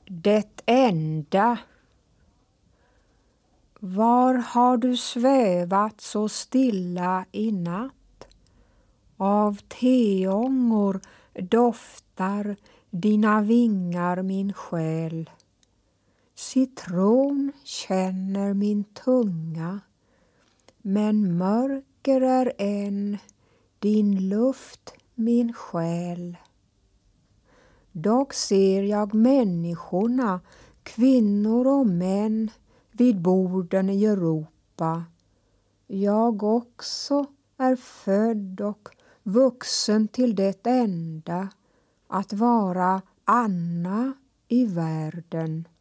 Det enda. Var har du svävat så stilla i natt? Av teångor doftar dina vingar min själ. Citron känner min tunga, men mörker är än din luft min själ. Dock ser jag människorna, kvinnor och män, vid borden i Europa. Jag också är född och vuxen till det enda, att vara Anna i världen.